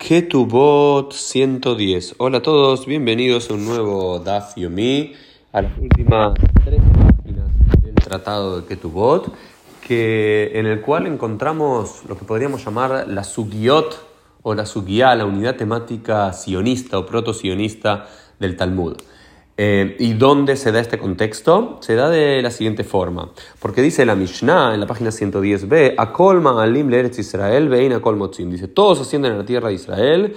Ketubot 110. Hola a todos, bienvenidos a un nuevo Daf Yomi, a las últimas 3 páginas del tratado de Ketubot, en el cual encontramos lo que podríamos llamar la Sugiot o la Sugiyá, la unidad temática sionista o proto-sionista del Talmud. ¿Y dónde se da este contexto? Se da de la siguiente forma, porque dice la Mishnah en la página 110b, Akol ma'alim le'eretz Israel ve'ein akol motzim. Dice, todos ascienden a la tierra de Israel,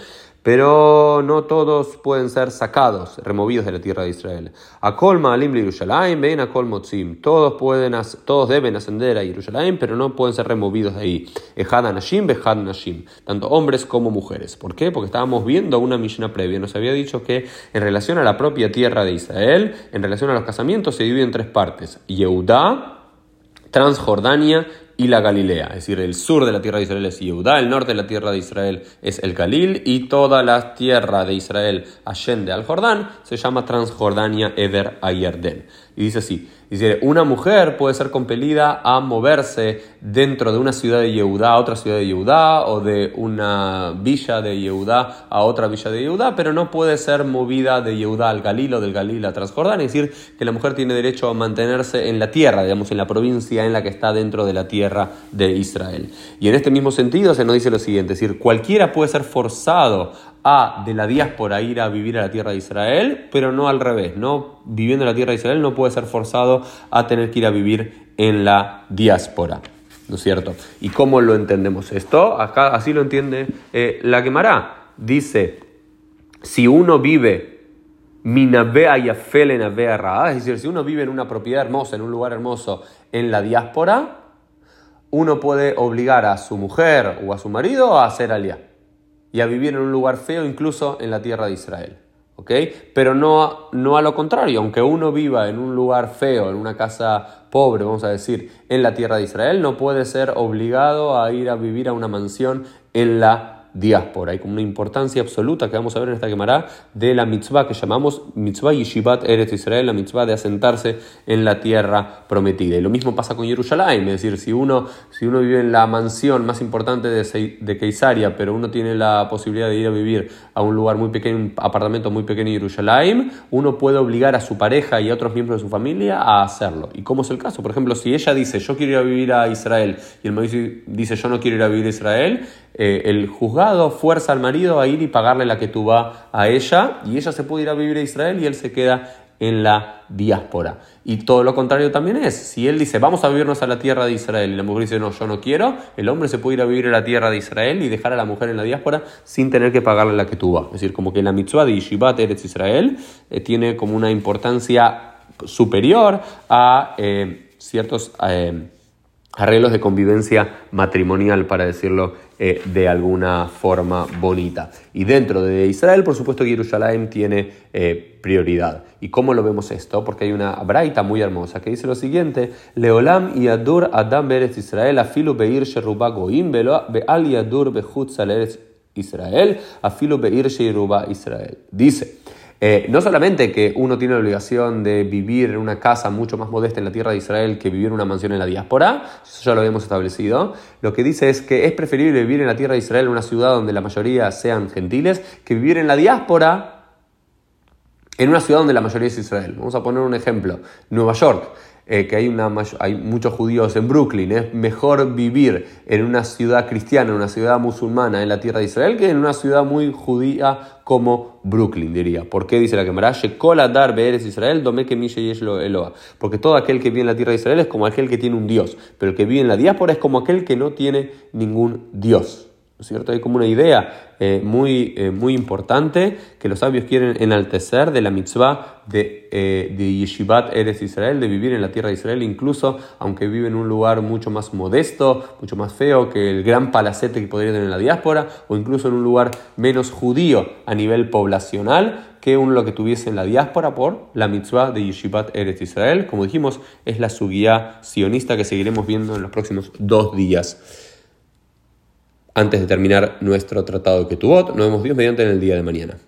pero no todos pueden ser sacados, removidos de la tierra de Israel. Akol ma'alim le'Yerushalayim ve'ein akol motzim. Todos deben ascender a Jerusalén, pero no pueden ser removidos de ahí. Ejad anashim ve'ejad nashim. Tanto hombres como mujeres. ¿Por qué? Porque estábamos viendo una Mishnah previa. Nos había dicho que en relación a la propia tierra de Israel, en relación a los casamientos, se divide en 3 partes. Yehudá, Transjordania y la Galilea, es decir, el sur de la tierra de Israel es Yehudá, el norte de la tierra de Israel es el Galil, y toda la tierra de Israel allende al Jordán se llama Transjordania Ever Ayarden. Y dice así, dice, una mujer puede ser compelida a moverse dentro de una ciudad de Yehudá a otra ciudad de Yehudá, o de una villa de Yehudá a otra villa de Yehudá, pero no puede ser movida de Yehudá al Galil o del Galil a Transjordania, es decir, que la mujer tiene derecho a mantenerse en la tierra, digamos, en la provincia en la que está dentro de la tierra de Israel. Y en este mismo sentido se nos dice lo siguiente, es decir, cualquiera puede ser forzado de la diáspora ir a vivir a la tierra de Israel, pero no al revés, no viviendo en la tierra de Israel no puede ser forzado a tener que ir a vivir en la diáspora, ¿no es cierto? ¿Y cómo lo entendemos esto? Acá así lo entiende la Gemara. Dice, si uno vive minabea yafel nabea ra, es decir, si uno vive en una propiedad hermosa, en un lugar hermoso en la diáspora, uno puede obligar a su mujer o a su marido a hacer aliyá y a vivir en un lugar feo, incluso en la tierra de Israel, ¿ok? Pero no a lo contrario, aunque uno viva en un lugar feo, en una casa pobre, vamos a decir, en la tierra de Israel, no puede ser obligado a ir a vivir a una mansión en la diáspora. Hay como una importancia absoluta que vamos a ver en esta Gemara de la mitzvah que llamamos mitzvah Yeshivat Eretz Israel, la mitzvah de asentarse en la tierra prometida. Y lo mismo pasa con Jerusalén, es decir, si uno vive en la mansión más importante de Keisaria, pero uno tiene la posibilidad de ir a vivir a un lugar muy pequeño, un apartamento muy pequeño en Jerusalén, uno puede obligar a su pareja y a otros miembros de su familia a hacerlo. ¿Y cómo es el caso? Por ejemplo, si ella dice, yo quiero ir a vivir a Israel, y el marido dice, yo no quiero ir a vivir a Israel, el juzgado fuerza al marido a ir y pagarle la ketubá a ella, y ella se puede ir a vivir a Israel y él se queda en la diáspora. Y todo lo contrario también es, si él dice vamos a vivirnos a la tierra de Israel y la mujer dice no, yo no quiero, el hombre se puede ir a vivir a la tierra de Israel y dejar a la mujer en la diáspora sin tener que pagarle la ketubá. Es decir, como que la mitzvah de Yeshivat Eretz Israel tiene como una importancia superior a ciertos arreglos de convivencia matrimonial, para decirlo de alguna forma bonita. Y dentro de Israel, por supuesto, Jerusalén tiene prioridad. ¿Y cómo lo vemos esto? Porque hay una braita muy hermosa que dice lo siguiente, Leolam yadur adam beretz Israel afilu beir sheruba goim be'al yadur bechutz al eretz Israel afilu beir sheruba Israel. Dice, no solamente que uno tiene la obligación de vivir en una casa mucho más modesta en la tierra de Israel que vivir en una mansión en la diáspora, eso ya lo habíamos establecido, lo que dice es que es preferible vivir en la tierra de Israel, en una ciudad donde la mayoría sean gentiles, que vivir en la diáspora en una ciudad donde la mayoría es Israel. Vamos a poner un ejemplo, Nueva York. Que hay muchos judíos en Brooklyn, es mejor vivir en una ciudad cristiana, en una ciudad musulmana en la tierra de Israel que en una ciudad muy judía como Brooklyn, diría. ¿Por qué dice la Gemara? Shekol adar be'eretz Israel dome que mi sheyesh lo Eloah. Porque todo aquel que vive en la tierra de Israel es como aquel que tiene un Dios, pero el que vive en la diáspora es como aquel que no tiene ningún Dios. ¿No es cierto? Hay como una idea muy importante que los sabios quieren enaltecer de la mitzvah de Yeshivat Eretz Israel, de vivir en la tierra de Israel, incluso aunque vive en un lugar mucho más modesto, mucho más feo que el gran palacete que podría tener en la diáspora, o incluso en un lugar menos judío a nivel poblacional que lo que tuviese en la diáspora, por la mitzvah de Yeshivat Eretz Israel. Como dijimos, es la sugiyá sionista que seguiremos viendo en los próximos 2 días. Antes de terminar nuestro tratado de Ketubot, nos vemos Dios mediante en el día de mañana.